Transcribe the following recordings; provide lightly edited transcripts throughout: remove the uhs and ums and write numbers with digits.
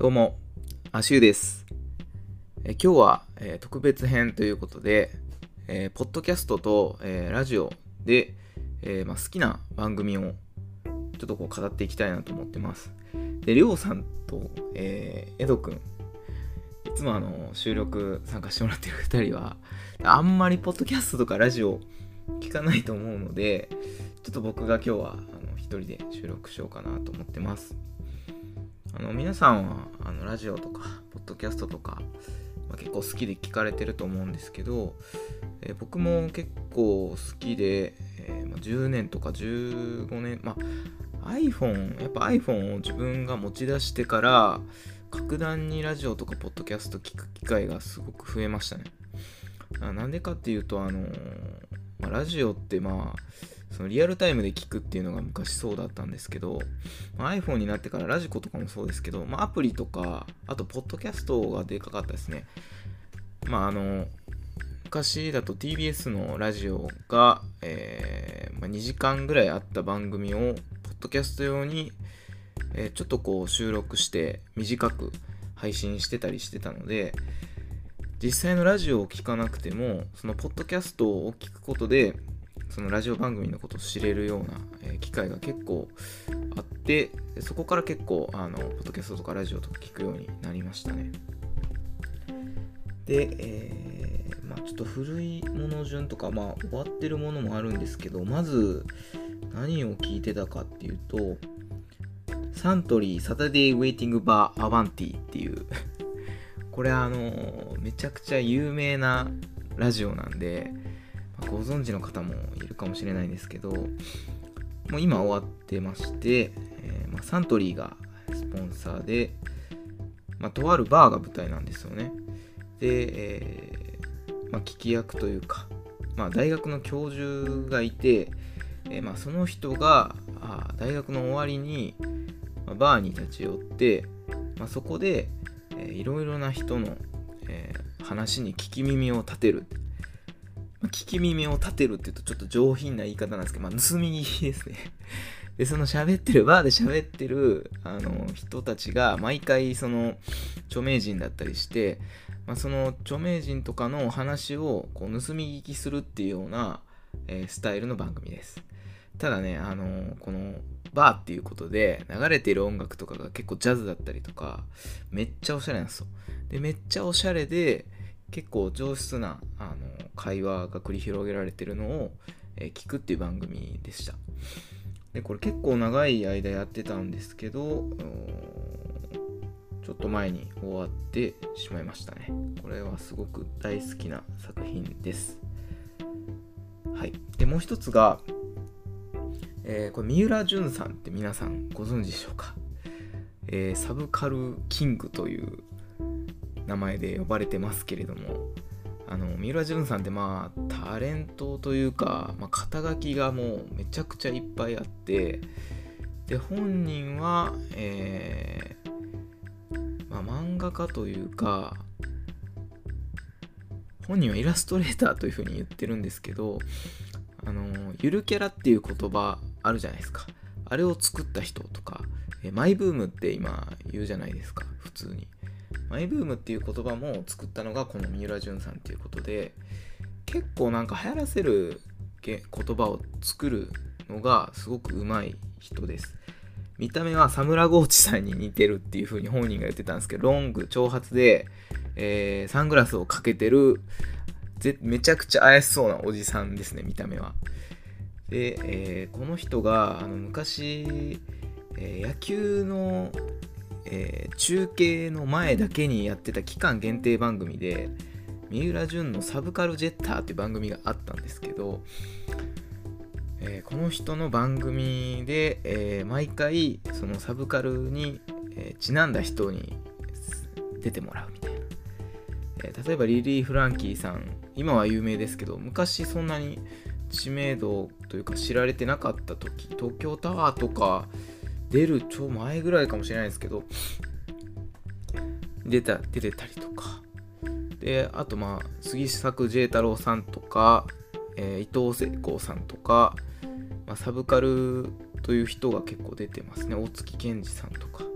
どうも、アシュウです。今日は、特別編ということで、ポッドキャストと、ラジオで、好きな番組をちょっと語っていきたいなと思ってます。で、りょうさんと、エドくん、いつも収録参加してもらってる2人は、あんまりポッドキャストとかラジオ聞かないと思うので、ちょっと僕が今日は一人で収録しようかなと思ってます。皆さんはラジオとかポッドキャストとか、結構好きで聞かれてると思うんですけど、僕も結構好きで、10年とか15年、やっぱ iPhone を自分が持ち出してから格段にラジオとかポッドキャスト聞く機会がすごく増えましたね。なんでかっていうとラジオってそのリアルタイムで聞くっていうのが昔そうだったんですけど、iPhone になってからラジコとかもそうですけど、アプリとかあとポッドキャストがでかかったですね。昔だと TBS のラジオが、2時間ぐらいあった番組をポッドキャスト用に、ちょっと収録して短く配信してたりしてたので、実際のラジオを聞かなくてもそのポッドキャストを聞くことでそのラジオ番組のことを知れるような機会が結構あって、そこから結構ポッドキャストとかラジオとか聞くようになりましたね。で、ちょっと古いもの順とか終わってるものもあるんですけど、まず何を聞いてたかっていうと、サントリーサタデーウェイティングバーアバンティっていうこれめちゃくちゃ有名なラジオなんで、ご存知の方もいるかもしれないんですけど、もう今終わってまして、サントリーがスポンサーで、とあるバーが舞台なんですよね。で、聞き役というか、大学の教授がいて、その人が大学の終わりに、バーに立ち寄って、そこで、いろいろな人の、話に聞き耳を立てる。聞き耳を立てるって言うとちょっと上品な言い方なんですけど、盗み聞きですね。で、そのバーで喋ってる人たちが毎回その著名人だったりして、その著名人とかの話を盗み聞きするっていうような、スタイルの番組です。ただね、このバーっていうことで流れている音楽とかが結構ジャズだったりとか、めっちゃおしゃれなんですよ。で、めっちゃおしゃれで結構上質な会話が繰り広げられてるのを、聞くっていう番組でした。で、これ結構長い間やってたんですけど、ちょっと前に終わってしまいましたね。これはすごく大好きな作品です。はい。で、もう一つが、これ三浦淳さんって皆さんご存知でしょうか。サブカルキングという名前で呼ばれてますけれども、三浦淳さんってタレントというか、肩書きがもうめちゃくちゃいっぱいあって、で本人は、漫画家というか、本人はイラストレーターというふうに言ってるんですけど、ゆるキャラっていう言葉あるじゃないですか。あれを作った人とか、マイブームって今言うじゃないですか、普通に。マイブームっていう言葉も作ったのがこの三浦淳さんっていうことで、結構流行らせる言葉を作るのがすごく上手い人です。見た目はサムラゴーチさんに似てるっていう風に本人が言ってたんですけど、ロング長髪で、サングラスをかけてるめちゃくちゃ怪しそうなおじさんですね、見た目は。で、この人が昔、野球の中継の前だけにやってた期間限定番組で、三浦淳のサブカルジェッターっていう番組があったんですけど、この人の番組で、毎回そのサブカルに、ちなんだ人に出てもらうみたいな、例えばリリー・フランキーさん、今は有名ですけど、昔そんなに知名度というか知られてなかった時、東京タワーとか出る超前ぐらいかもしれないですけど、出てたりとかで、あと杉作 J 太郎さんとか、伊藤聖子さんとか、サブカルという人が結構出てますね。大月健二さんとか、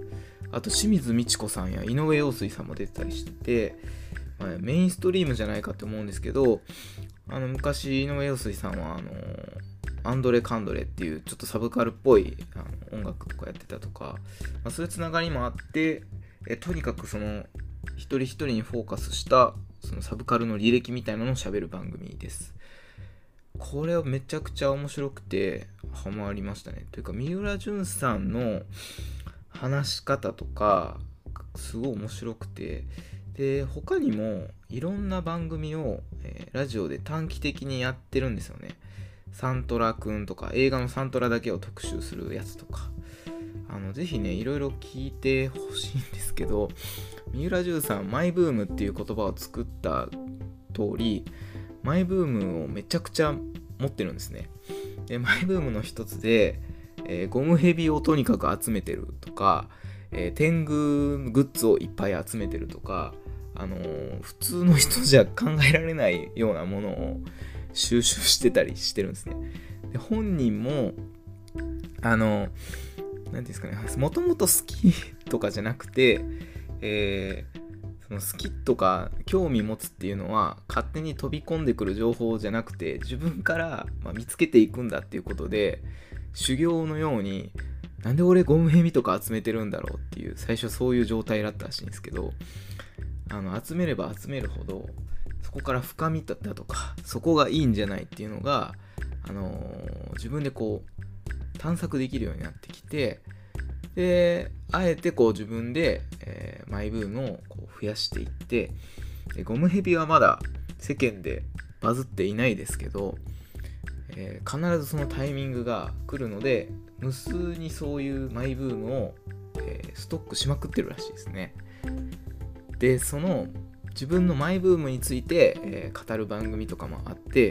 あと清水ミチコさんや井上陽水さんも出てたりしてて、メインストリームじゃないかと思うんですけど、昔井上陽水さんはアンドレ・カンドレっていうちょっとサブカルっぽい音楽とかやってたとか、そういうつながりもあって、とにかくその一人一人にフォーカスしたそのサブカルの履歴みたいなのを喋る番組です。これはめちゃくちゃ面白くてハマりましたね。というか三浦淳さんの話し方とかすごい面白くて、で他にもいろんな番組を、ラジオで短期的にやってるんですよね。サントラくんとか映画のサントラだけを特集するやつとか、ぜひねいろいろ聞いてほしいんですけど、三浦淳さんマイブームっていう言葉を作った通りマイブームをめちゃくちゃ持ってるんですね。でマイブームの一つで、ゴムヘビをとにかく集めてるとか、天狗グッズをいっぱい集めてるとか、普通の人じゃ考えられないようなものを収集してたりしてるんですね。で本人もなんていうんですかね、もともと好きとかじゃなくて、その好きとか興味持つっていうのは勝手に飛び込んでくる情報じゃなくて自分から、見つけていくんだっていうことで、修行のようになんで俺ゴムヘビとか集めてるんだろうっていう最初そういう状態だったらしいんですけど、集めれば集めるほどそこから深みだとかそこがいいんじゃないっていうのが、自分でこう探索できるようになってきて、であえてこう自分で、マイブームをこう増やしていって、ゴムヘビはまだ世間でバズっていないですけど、必ずそのタイミングが来るので無数にそういうマイブームを、ストックしまくってるらしいですね。でその自分のマイブームについて、語る番組とかもあって、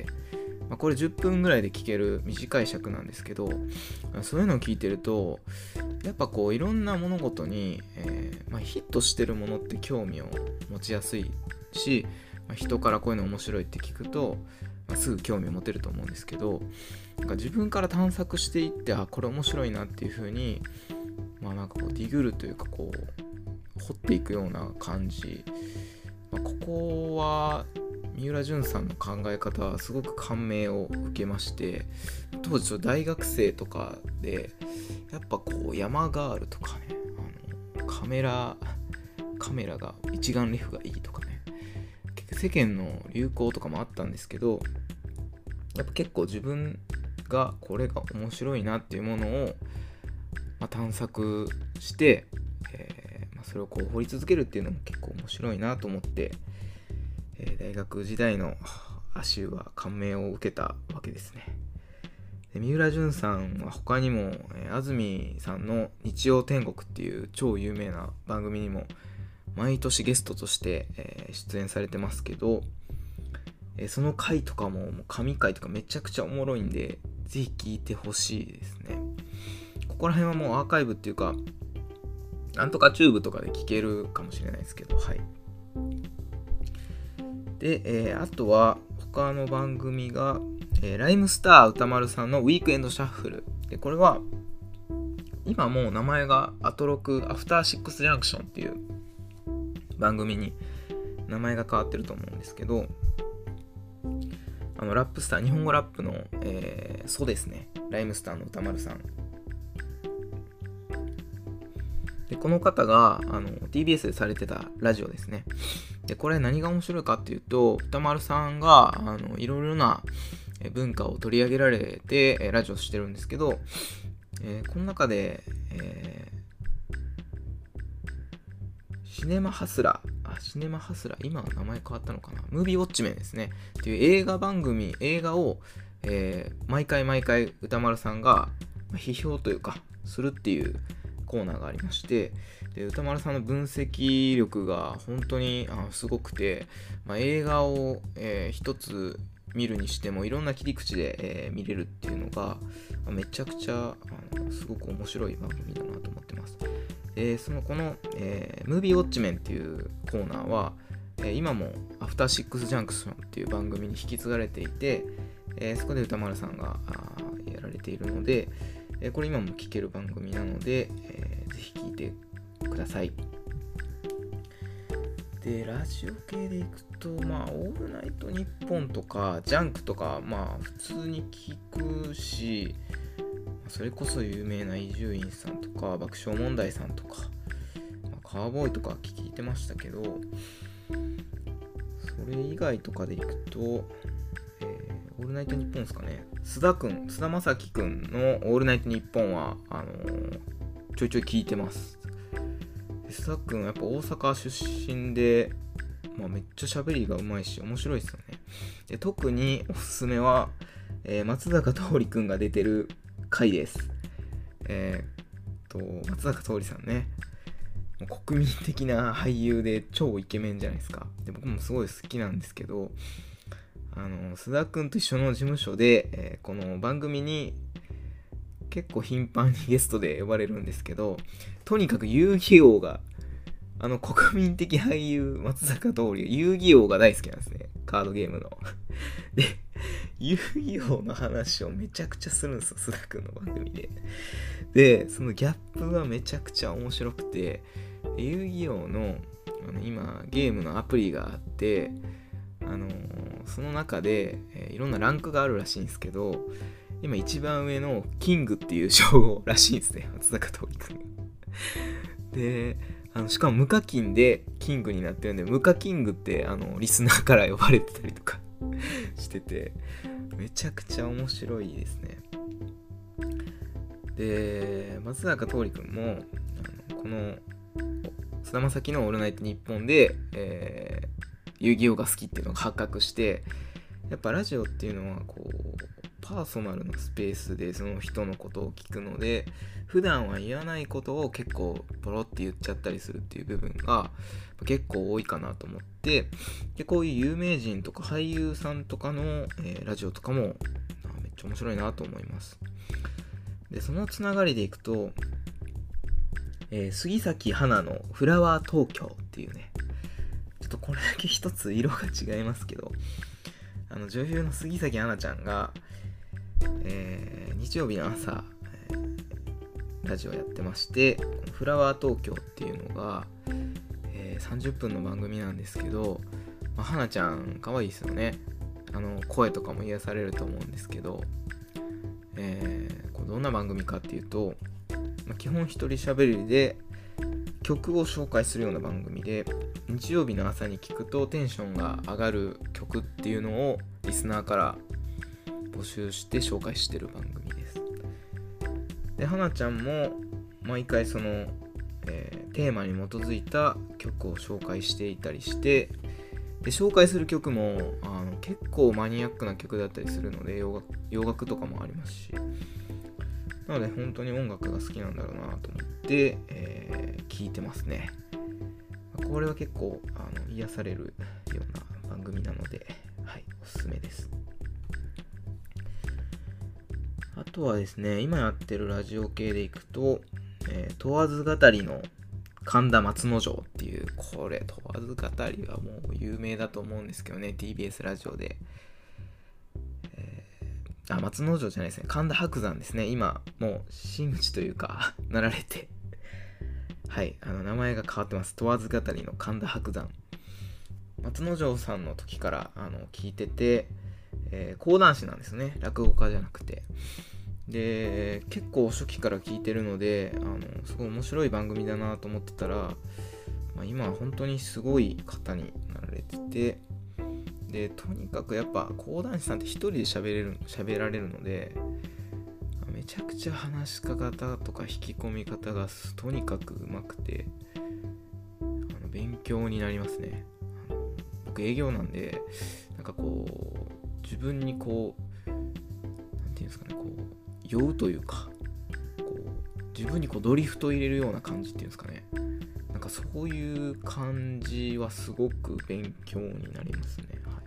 これ10分ぐらいで聞ける短い尺なんですけど、そういうのを聞いてるとやっぱこういろんな物事に、ヒットしてるものって興味を持ちやすいし、人からこういうの面白いって聞くと、すぐ興味を持てると思うんですけど、なんか自分から探索していって、これ面白いなっていう風になんかこうディグルというかこう掘っていくような感じ、ここは三浦淳さんの考え方はすごく感銘を受けまして、当時大学生とかでやっぱこう山ガールとかね、カメラが一眼レフがいいとかね、世間の流行とかもあったんですけど、やっぱ結構自分がこれが面白いなっていうものを、探索して、それをこう掘り続けるっていうのも結構面白いなと思って、大学時代の足湯は感銘を受けたわけですね。で三浦淳さんは他にも、安住さんの日曜天国っていう超有名な番組にも毎年ゲストとして、出演されてますけど、その回とかも神回とかめちゃくちゃおもろいんでぜひ聞いてほしいですね。ここら辺はもうアーカイブっていうかなんとかチューブとかで聞けるかもしれないですけど、はい。で、あとは他の番組が、ライムスター歌丸さんのウィークエンドシャッフルで、これは今もう名前がアトロクアフターシックスジャンクションっていう番組に名前が変わってると思うんですけど、ラップスター日本語ラップの、そうですね、ライムスターの歌丸さんで、この方がTBS でされてたラジオですね。でこれ何が面白いかっていうと、歌丸さんがいろいろな文化を取り上げられてラジオしてるんですけど、この中で、シネマハスラー、今は名前変わったのかな、ムービーウォッチメンですねっていう映画を、毎回歌丸さんが批評というかするっていうコーナーがありまして、で歌丸さんの分析力が本当にすごくて、映画を、一つ見るにしてもいろんな切り口で、見れるっていうのが、めちゃくちゃすごく面白い番組だなと思ってます。この、ムービーウォッチメンっていうコーナーは、今もアフターシックスジャンクションっていう番組に引き継がれていて、そこで歌丸さんがやられているので、これ今も聴ける番組なので、ぜひ聴いてください。で、ラジオ系でいくと、オールナイトニッポンとか、ジャンクとか、普通に聞くし、それこそ有名な伊集院さんとか、爆笑問題さんとか、カーボーイとか聞いてましたけど、それ以外とかでいくと、オールナイトニッポンですかね。菅田将暉くんのオールナイトニッポンは、ちょいちょい聞いてます。須田くんやっぱ大阪出身で、めっちゃ喋りがうまいし面白いですよね。で、特におすすめは、松坂桃李くんが出てる回です。松坂桃李さんね、もう国民的な俳優で超イケメンじゃないですか。で、僕もすごい好きなんですけど、須田くんと一緒の事務所で、この番組に結構頻繁にゲストで呼ばれるんですけど、とにかく遊戯王が、国民的俳優松坂桃李が遊戯王が大好きなんですね。カードゲームの。で、遊戯王の話をめちゃくちゃするんですよ、須田くんの番組で。で、そのギャップはめちゃくちゃ面白くて、遊戯王の、今ゲームのアプリがあって、その中で、いろんなランクがあるらしいんですけど、今一番上のキングっていう称号らしいんですね、松坂桃李くん。で、しかも無課金でキングになってるんで、無課キングってリスナーから呼ばれてたりとかしてて、めちゃくちゃ面白いですね。で、松坂桃李くんもこの菅田将暉のオールナイトニッポンで、遊戯王が好きっていうのが発覚して、やっぱラジオっていうのはこうパーソナルなスペースでその人のことを聞くので、普段は言わないことを結構ポロって言っちゃったりするっていう部分が結構多いかなと思って、でこういう有名人とか俳優さんとかの、ラジオとかもめっちゃ面白いなと思います。でそのつながりでいくと、杉咲花のフラワー東京っていうね、ちょっとこれだけ一つ色が違いますけど、女優の杉咲花ちゃんが、日曜日の朝、ラジオやってまして、フラワー東京っていうのが、30分の番組なんですけど、花ちゃん可愛いですよね。声とかも癒されると思うんですけど、これどんな番組かっていうと、基本一人喋りで曲を紹介するような番組で、日曜日の朝に聞くとテンションが上がる曲っていうのをリスナーから募集して紹介してる番組です。で、花ちゃんも毎回その、テーマに基づいた曲を紹介していたりして、で紹介する曲も結構マニアックな曲だったりするので、洋楽とかもありますし、なので本当に音楽が好きなんだろうなと思って、聞いてますね。これは結構癒されるような番組なので、はい、おすすめです。あとはですね、今やってるラジオ系でいくと、問わず語りの神田松之丞っていう、これ問わず語りはもう有名だと思うんですけどね、 TBS ラジオで、松之丞じゃないですね、神田伯山ですね。今もう真打ちというかなられて、はい、名前が変わってます。問わず語りの神田伯山、松之丞さんの時から聞いてて、講談師なんですね、落語家じゃなくて。で結構初期から聞いてるので、すごい面白い番組だなと思ってたら、今は本当にすごい方になられてて、でとにかくやっぱ講談師さんって一人で喋られるので、めちゃくちゃ話し方とか引き込み方がとにかくうまくて、勉強になりますね。僕営業なんで、なんかこう自分にこうなんていうんですかね、こう酔うというか、こう自分にこうドリフト入れるような感じっていうんですかね、なんかそういう感じはすごく勉強になりますね。はい、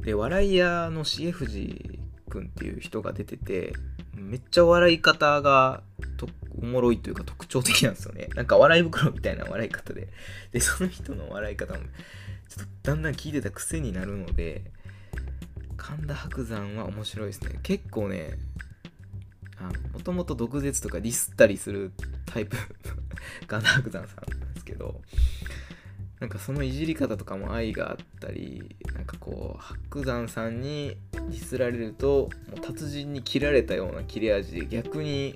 で笑い屋の重藤くんっていう人が出てて、めっちゃ笑い方がおもろいというか特徴的なんですよね。なんか笑い袋みたいな笑い方で、その人の笑い方もちょっとだんだん聞いてた癖になるので、神田伯山は面白いですね。結構ね、 もともと毒舌とかディスったりするタイプが白山さんなんですけど、なんかそのいじり方とかも愛があったり、なんかこう白山さんにディスられるともう達人に切られたような切れ味で逆に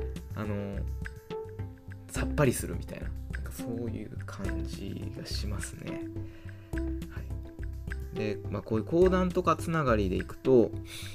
さっぱりするみたいな、なんかそういう感じがしますね。はい。で、こういう講談とかつながりでいくと、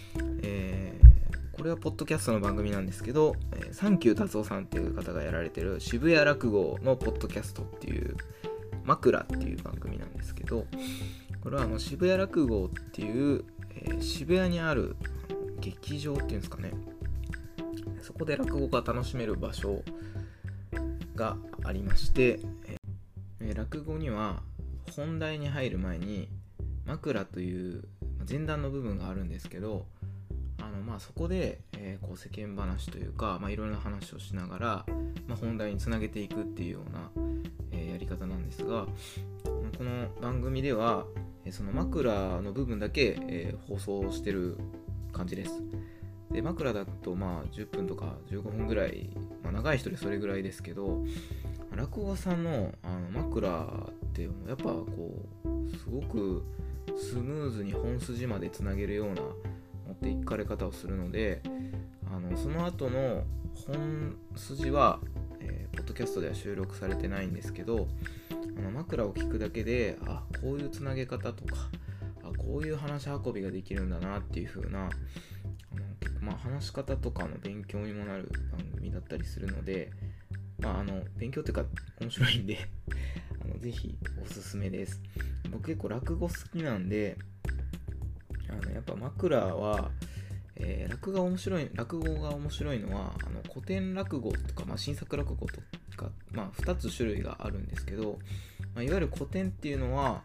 これはポッドキャストの番組なんですけど、サンキュー達夫さんっていう方がやられてる渋谷落語のポッドキャストっていう枕っていう番組なんですけど、これは渋谷落語っていう、渋谷にある劇場っていうんですかね、そこで落語が楽しめる場所がありまして、落語には本題に入る前に枕という前段の部分があるんですけど、そこで、こう世間話というか、いろんな話をしながら、本題につなげていくっていうような、やり方なんですが、この番組ではその枕の部分だけ、放送してる感じです。で、枕だと10分とか15分ぐらい、長い人でそれぐらいですけど、落語さんの枕ってやっぱこうすごくスムーズに本筋までつなげるような持っていかれ方をするので、その後の本筋は、ポッドキャストでは収録されてないんですけど、枕を聞くだけでこういうつなげ方とかこういう話し運びができるんだなっていう風な話し方とかの勉強にもなる番組だったりするので、勉強っていうか面白いんでぜひおすすめです。僕結構落語好きなんで、やっぱ枕は、落語が面白いのは古典落語とか、新作落語とか、2つ種類があるんですけど、いわゆる古典っていうのは、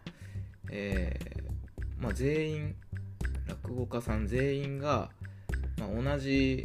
全員落語家さん全員が、同じ、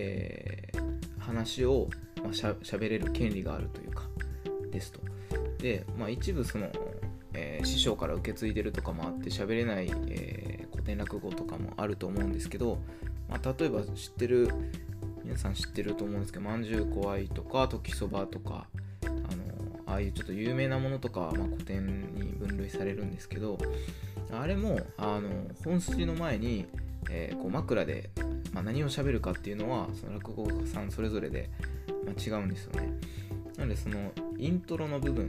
話を、しゃべれる権利があるというかですと。で、一部その、師匠から受け継いでるとかもあって喋れない、古典落語とかもあると思うんですけど、例えば皆さん知ってると思うんですけど、まんじゅう怖いとか時そばとかああいうちょっと有名なものとかは、古典に分類されるんですけど、あれも本筋の前に、こう枕で、何を喋るかっていうのはその落語家さんそれぞれで、違うんですよね。なのでそのイントロの部分、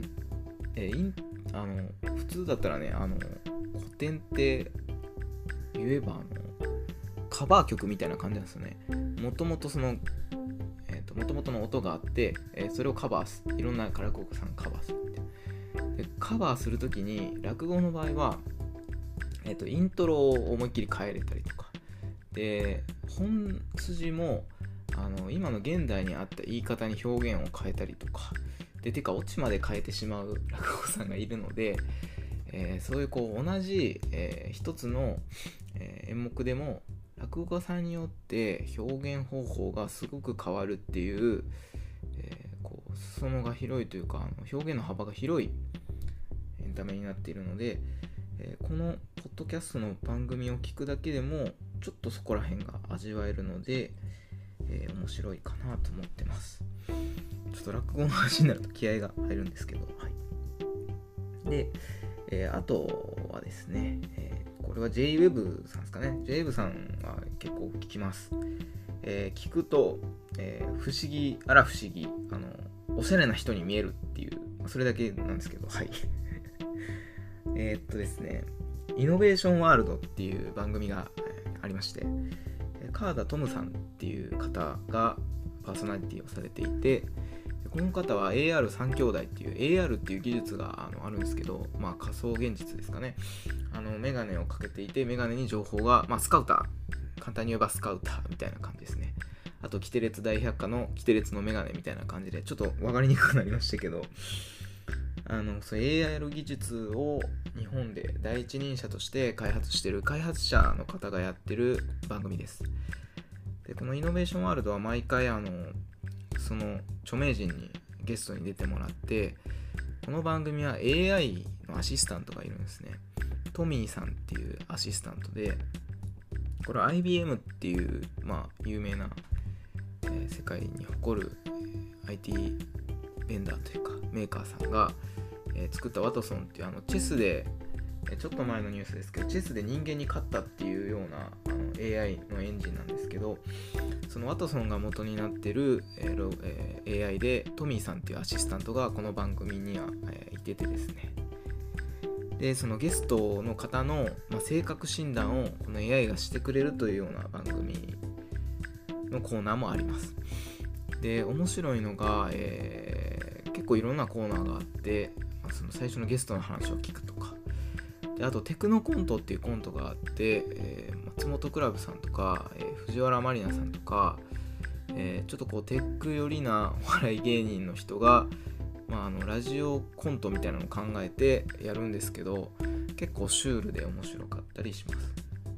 普通だったらね、古典って言えばカバー曲みたいな感じなんですよね。もともとの音があって、それをカバーする、いろんな落語家さんカバーするみたいな。でカバーするときに落語の場合は、イントロを思いっきり変えれたりとかで、本筋も今の現代にあった言い方に表現を変えたりとかで、てかオチまで変えてしまう落語さんがいるので、そういうこう同じ、一つの、演目でも落語家さんによって表現方法がすごく変わるっていう、こう裾野が広いというか表現の幅が広いエンタメになっているので、このポッドキャストの番組を聞くだけでもちょっとそこら辺が味わえるので、面白いかなと思ってます。ちょっと落語の話になると気合が入るんですけど、はい。で、あとはですね、これは JWEB さんですかね。JWEB さんは結構聞きます。聞くと、不思議おしゃれな人に見えるっていう、それだけなんですけど、はい。ですね、イノベーションワールドっていう番組がありまして、川田トムさんっていう方がパーソナリティをされていて、この方は AR3 兄弟っていう AR っていう技術があるんですけど、仮想現実ですかね。メガネをかけていて、メガネに情報が、スカウター、簡単に言えばスカウターみたいな感じですね。あとキテレツ大百科のキテレツのメガネみたいな感じで、ちょっと分かりにくくなりましたけど、そう AR 技術を日本で第一人者として開発している開発者の方がやってる番組です。でこのイノベーションワールドは毎回その著名人にゲストに出てもらって、この番組は AI のアシスタントがいるんですね。トミーさんっていうアシスタントで、これは IBM っていう、有名な、 世界に誇る IT ベンダーというかメーカーさんが、作ったワトソンっていうチェスでちょっと前のニュースですけどチェスで人間に勝ったっていうようなAI のエンジンなんですけど、そのワトソンが元になってる、AI でトミーさんっていうアシスタントがこの番組には、いててですね、でそのゲストの方の、性格診断をこの AI がしてくれるというような番組のコーナーもあります。で面白いのが、結構いろんなコーナーがあって、その最初のゲストの話を聞くとかで、あとテクノコントっていうコントがあって、松本クラブさんとか、藤原まりなさんとか、ちょっとこうテック寄りなお笑い芸人の人が、ラジオコントみたいなのを考えてやるんですけど、結構シュールで面白かったりします。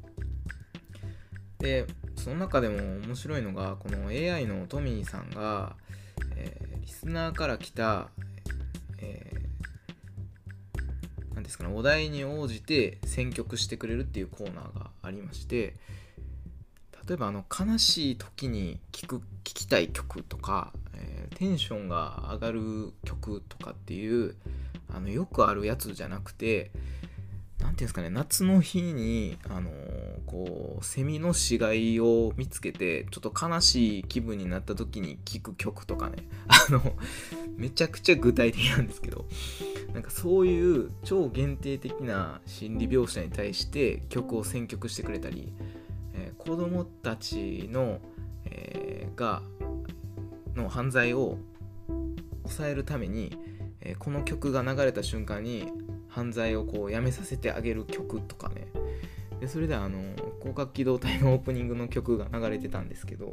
でその中でも面白いのがこの AI のトミーさんが、リスナーから来た、なんですかね、お題に応じて選曲してくれるっていうコーナーがありまして、例えば悲しい時に聴きたい曲とか、テンションが上がる曲とかっていうよくあるやつじゃなくて、なんていうんですかね、夏の日にこうセミの死骸を見つけてちょっと悲しい気分になった時に聴く曲とかね、めちゃくちゃ具体的なんですけど、なんかそういう超限定的な心理描写に対して曲を選曲してくれたり、子供たちの、の犯罪を抑えるために、この曲が流れた瞬間に犯罪をこうやめさせてあげる曲とかね。でそれで広角機動隊のオープニングの曲が流れてたんですけど、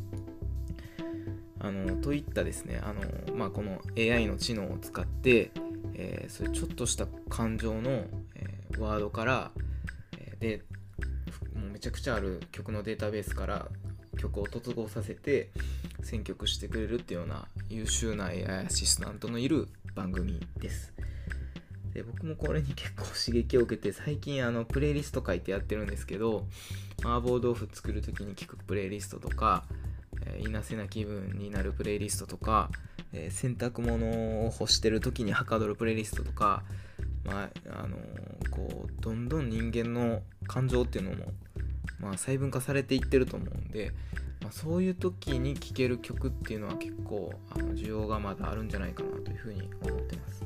といったですね、この AI の知能を使って、そういうちょっとした感情の、ワードから、でもうめちゃくちゃある曲のデータベースから曲を突合させて選曲してくれるっていうような優秀な AI アシスタントのいる番組です。で僕もこれに結構刺激を受けて、最近プレイリスト書いてやってるんですけど、麻婆豆腐作るときに聴くプレイリストとか、いなせな気分になるプレイリストとか、洗濯物を干してるときにはかどるプレイリストとか、こうどんどん人間の感情っていうのも、細分化されていってると思うんで、そういう時に聴ける曲っていうのは結構需要がまだあるんじゃないかなというふうに思ってます。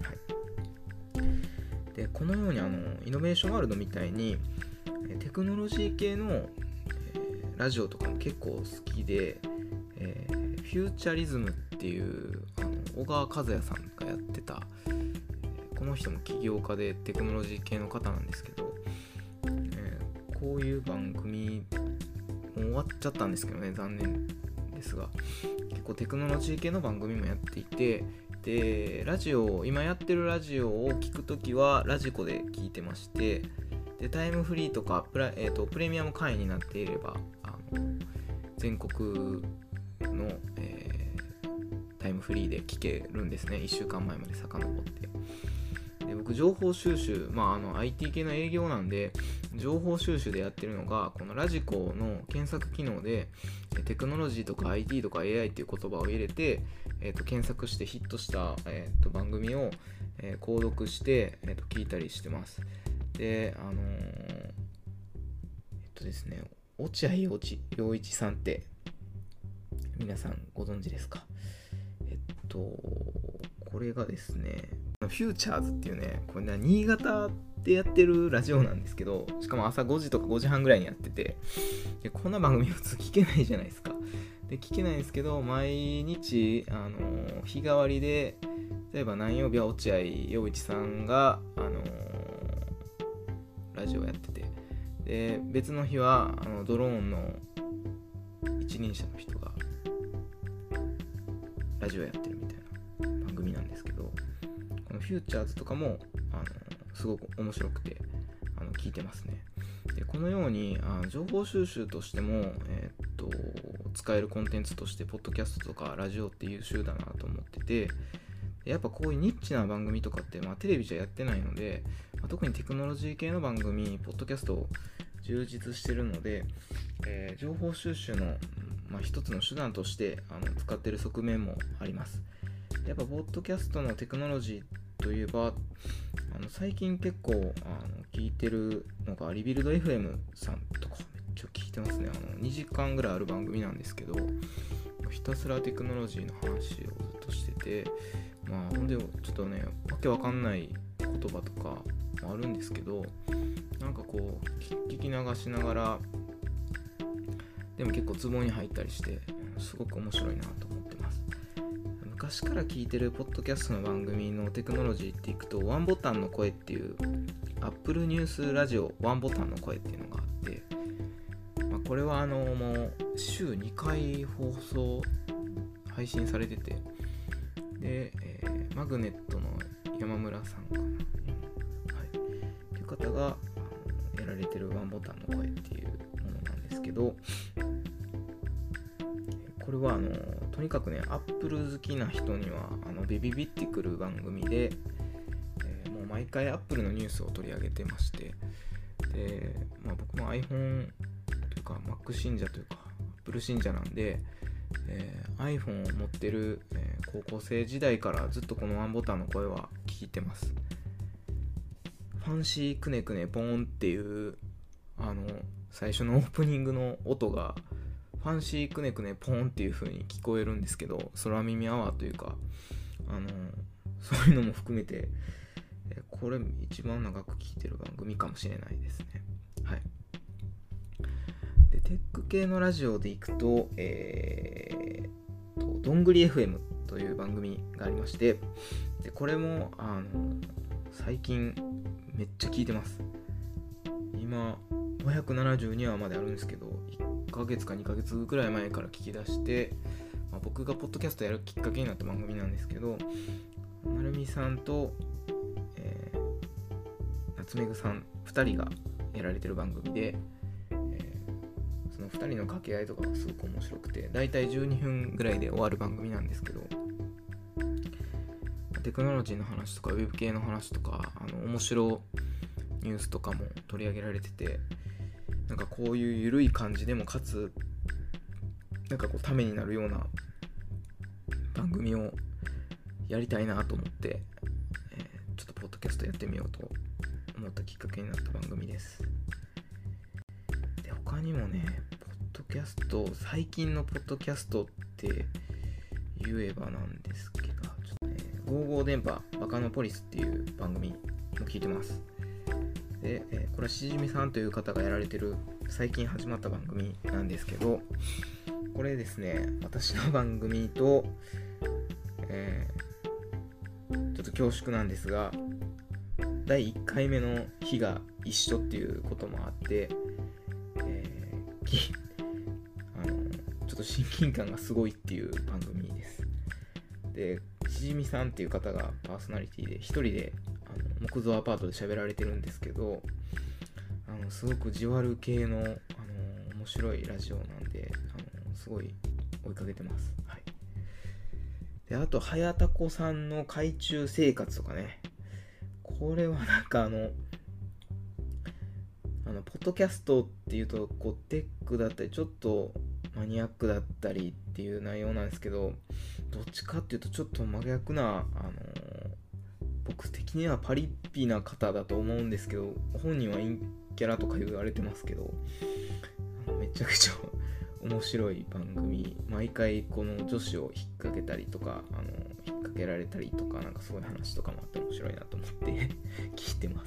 でこのようにイノベーションワールドみたいにテクノロジー系の、ラジオとかも結構好きで、フューチャリズムっていう小川和也さんがやってた、この人も起業家でテクノロジー系の方なんですけど、こういう番組もう終わっちゃったんですけどね、残念ですが、結構テクノロジー系の番組もやっていて、で今やってるラジオを聞くときはラジコで聞いてまして、でタイムフリーとかプレミアム会員になっていれば全国の、タイムフリーで聞けるんですね。1週間前まで遡って。で僕情報収集、IT 系の営業なんで情報収集でやってるのが、このラジコの検索機能でテクノロジーとか IT とか AI っていう言葉を入れて、検索してヒットした、番組を、購読して、聞いたりしてます。でですね、落合陽一さんって皆さんご存知ですか？これがですね、フューチャーズっていうね、これ新潟でやってるラジオなんですけど、しかも朝5時とか5時半ぐらいにやってて、でこんな番組普通聞けないじゃないですか。で聞けないんですけど、毎日日替わりで、例えば何曜日は落合陽一さんがラジオやってて、で別の日はドローンの一輪車の人がラジオやってるみたいな番組なんですけど、このフューチャーズとかもすごく面白くて聞いてますね。でこのように情報収集としても、使えるコンテンツとしてポッドキャストとかラジオって優秀だなと思ってて、やっぱこういうニッチな番組とかって、テレビじゃやってないので、特にテクノロジー系の番組ポッドキャスト充実してるので、情報収集の、 一つの手段として使ってる側面もあります。やっぱポッドキャストのテクノロジーといえば最近結構聞いてるのがリビルド FM さんとかめっちゃ聞いてますね。2時間ぐらいある番組なんですけど、ひたすらテクノロジーの話をずっとしてて、ほんでちょっとねわけわかんない言葉とかもあるんですけど、なんかこう聞き流しながらでも結構ツボに入ったりしてすごく面白いなと思ってます。昔から聞いてるポッドキャストの番組のテクノロジーっていくと、ワンボタンの声っていう Apple ニュースラジオワンボタンの声っていうのがあって、これはもう週2回放送配信されてて、で、マグネットの山村さんかな、っていう方がやられてるワンボタンの声っていうものなんですけど、これはとにかくね、アップル好きな人にはビビビってくる番組で、もう毎回アップルのニュースを取り上げてまして、で、僕も iPhone というか Mac 信者というか Apple 信者なんで、iPhone を持ってる、高校生時代からずっとこのワンボタンの声は聞いてます。ファンシーくねくねポーンっていう最初のオープニングの音がファンシーくねくねポーンっていう風に聞こえるんですけど、空耳アワーというかそういうのも含めてこれ一番長く聞いてる番組かもしれないですね。はい。でテック系のラジオでいくとどんぐり FM という番組がありまして、でこれも最近めっちゃ聞いてます。今572話まであるんですけど、1ヶ月か2ヶ月ぐらい前から聞き出して、僕がポッドキャストやるきっかけになった番組なんですけど、なるみさんと、夏目ぐさん2人がやられてる番組で、その2人の掛け合いとかがすごく面白くて、だいたい12分ぐらいで終わる番組なんですけど、テクノロジーの話とかウェブ系の話とか面白ニュースとかも取り上げられてて、なんかこういう緩い感じでもかつなんかこうためになるような番組をやりたいなと思って、ちょっとポッドキャストやってみようと思ったきっかけになった番組です。で他にもね、ポッドキャスト、最近のポッドキャストって言えばなんですけど、55電波バカノポリスっていう番組も聞いてます。で、これはしじみさんという方がやられてる最近始まった番組なんですけど、これですね、私の番組と、ちょっと恐縮なんですが、第1回目の日が一緒っていうこともあって、ちょっと親近感がすごいっていう番組です。で、しじみさんっていう方がパーソナリティで一人で木造アパートで喋られてるんですけど、すごくじわる系の、面白いラジオなんで、すごい追いかけてます。はい。で、あとはやたこさんの海中生活とかね、これはなんかポッドキャストっていうとこうテックだったりちょっとマニアックだったりっていう内容なんですけど、どっちかっていうとちょっと真逆な僕的にはパリッピな方だと思うんですけど、本人は陰キャラとか言われてますけど、めちゃくちゃ面白い番組、毎回この女子を引っ掛けたりとか引っ掛けられたりとか、なんかそういう話とかもあって面白いなと思って聞いてます。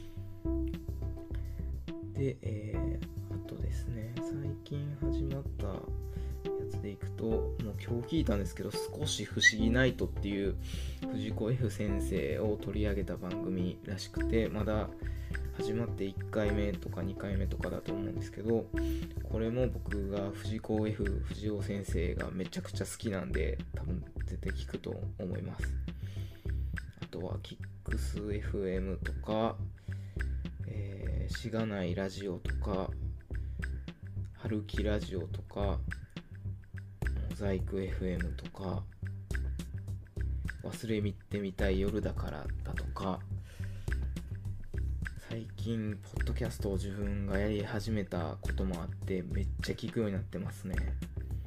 で、あとですね、最近始まったやつでいくと、もう今日聞いたんですけど、少し不思議ナイトっていう藤子 F 先生を取り上げた番組らしくて、まだ始まって1回目とか2回目とかだと思うんですけど、これも僕が藤子 F 不二雄先生がめちゃくちゃ好きなんで、多分絶対聞くと思います。あとはキックス FM とか、しがないラジオとか、春木ラジオとか、モザイク FM とか、忘れてみたい夜だからだとか、最近ポッドキャストを自分がやり始めたこともあってめっちゃ聞くようになってますね。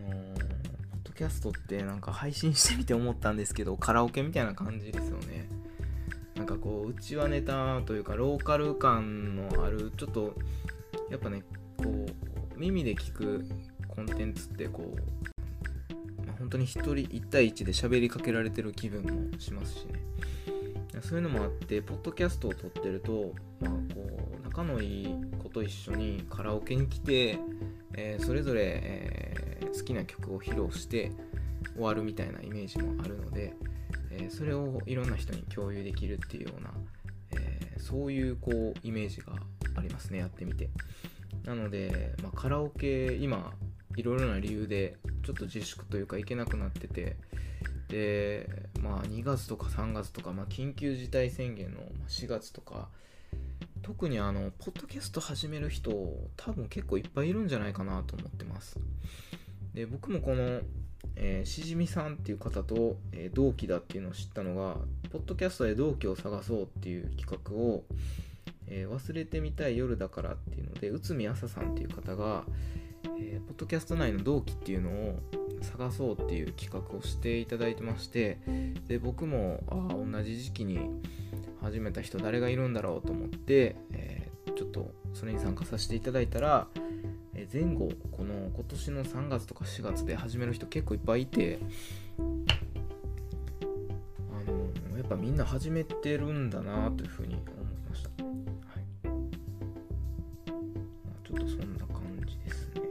ドキャストってなんか配信してみて思ったんですけど、カラオケみたいな感じですよね。なんかこう、うちわネタというか、ローカル感のある、ちょっと、やっぱね、こう、耳で聞くコンテンツってこう、本当に一対一で喋りかけられてる気分もしますしね。そういうのもあって、ポッドキャストを撮ってると、こう仲のいい子と一緒にカラオケに来て、それぞれ、好きな曲を披露して終わるみたいなイメージもあるので、それをいろんな人に共有できるっていうような、そういうこうイメージがありますね、やってみて。なので、カラオケ今いろいろな理由でちょっと自粛というか行けなくなってて、で2月とか3月とか、緊急事態宣言の4月とか、特にポッドキャスト始める人多分結構いっぱいいるんじゃないかなと思ってます。で、僕もこの、しじみさんっていう方と、同期だっていうのを知ったのが、ポッドキャストで同期を探そうっていう企画を、忘れてみたい夜だからっていうので、内海朝さんっていう方が、ポッドキャスト内の同期っていうのを探そうっていう企画をしていただいてまして、で僕も同じ時期に始めた人誰がいるんだろうと思って、ちょっとそれに参加させていただいたら、前後今年の3月とか4月で始める人結構いっぱいいて、やっぱみんな始めてるんだなというふうに思いました。はい、ちょっとそんな感じですね。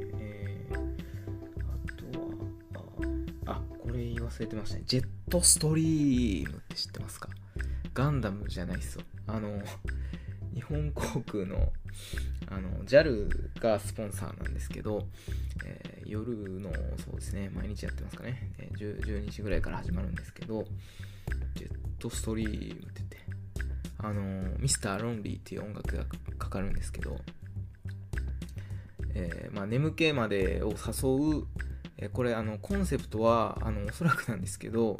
あとはこれ言い忘れてましたね。ジェットストリームって知ってますか？ガンダムじゃないっすよ。日本航空のJAL がスポンサーなんですけど、夜のそうですね、毎日やってますかね、12時ぐらいから始まるんですけど、ジェットストリームって言ってミスターロンリーっていう音楽がかかるんですけど、眠気までを誘う、これコンセプトはおそらくなんですけど、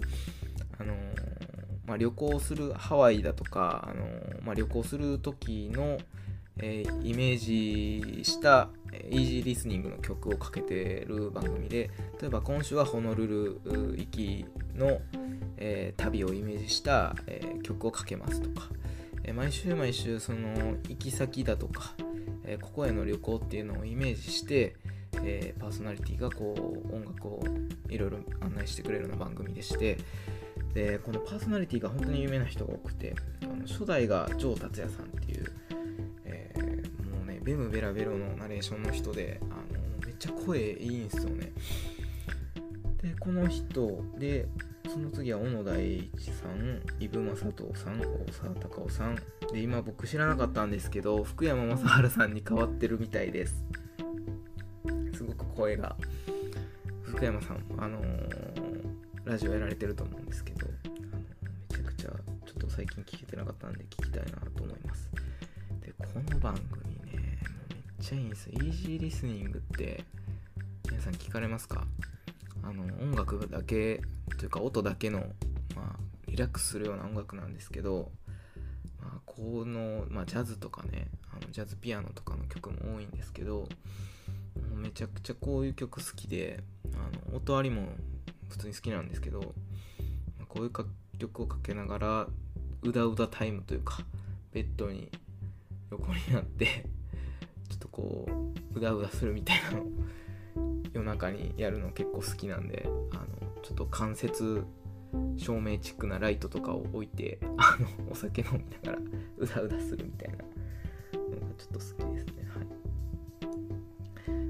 旅行するハワイだとか旅行する時の、イメージしたイージーリスニングの曲をかけてる番組で、例えば今週はホノルル行きの、旅をイメージした、曲をかけますとか、毎週その行き先だとか、ここへの旅行っていうのをイメージして、パーソナリティがこう音楽をいろいろ案内してくれるような番組でして、でこのパーソナリティが本当に有名な人が多くて、初代が城達也さんっていう、もうねベムベラベロのナレーションの人でめっちゃ声いいんですよね。でこの人で、その次は小野大一さん、伊武雅人さん、大沢たかおさんで、今僕知らなかったんですけど福山雅治さんに変わってるみたいです。すごく声が、福山さんラジオやられてると思うんですけど、めちゃくちゃちょっと最近聞けてなかったんで聞きたいなと思います。でこの番組ね、もうめっちゃいいんですよ。イージーリスニングって皆さん聞かれますか？音楽だけというか音だけの、リラックスするような音楽なんですけど、この、ジャズとかね、ジャズピアノとかの曲も多いんですけど、もうめちゃくちゃこういう曲好きで、音ありも普通に好きなんですけど、こういう曲をかけながらうだうだタイムというか、ベッドに横になってちょっとこううだうだするみたいなのを夜中にやるの結構好きなんで、ちょっと間接照明チックなライトとかを置いてお酒飲みながらうだうだするみたいなのがちょっと好きですね。はい、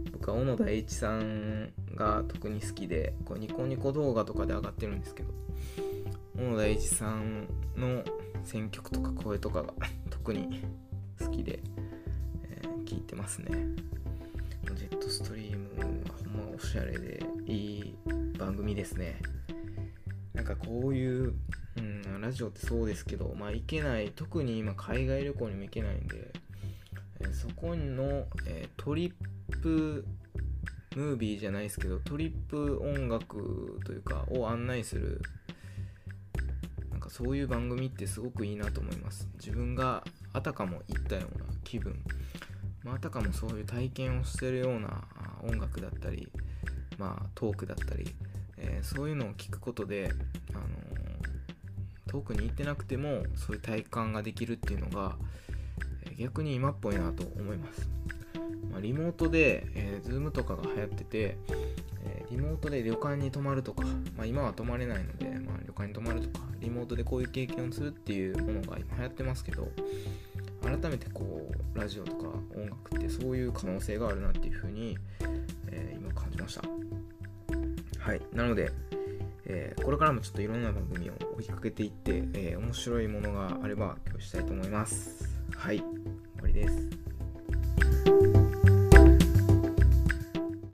僕は小野大一さんが特に好きで、こうニコニコ動画とかで上がってるんですけど、小野大一さんの選曲とか声とかが特に好きで、聞いてますね。ジェットストリームはほんまおしゃれでいい番組ですね。なんかこういう、ラジオってそうですけど、行けない、特に今海外旅行にも行けないんで、そこの、トリップムービーじゃないですけど、トリップ音楽というかを案内する、なんかそういう番組ってすごくいいなと思います。自分があたかも行ったような気分、あたかもそういう体験をしてるような音楽だったり、 トークだったり、そういうのを聞くことで、遠くに行ってなくてもそういう体感ができるっていうのが、逆に今っぽいなと思います。リモートで、Zoom とかが流行ってて、リモートで旅館に泊まるとか、今は泊まれないので、旅館に泊まるとか、リモートでこういう経験をするっていうものが今流行ってますけど、改めてラジオとか音楽ってそういう可能性があるなっていうふうに、今感じました。はい、なので、これからもちょっといろんな番組を追いかけていって、面白いものがあれば共有したいと思います。はい、終わりです。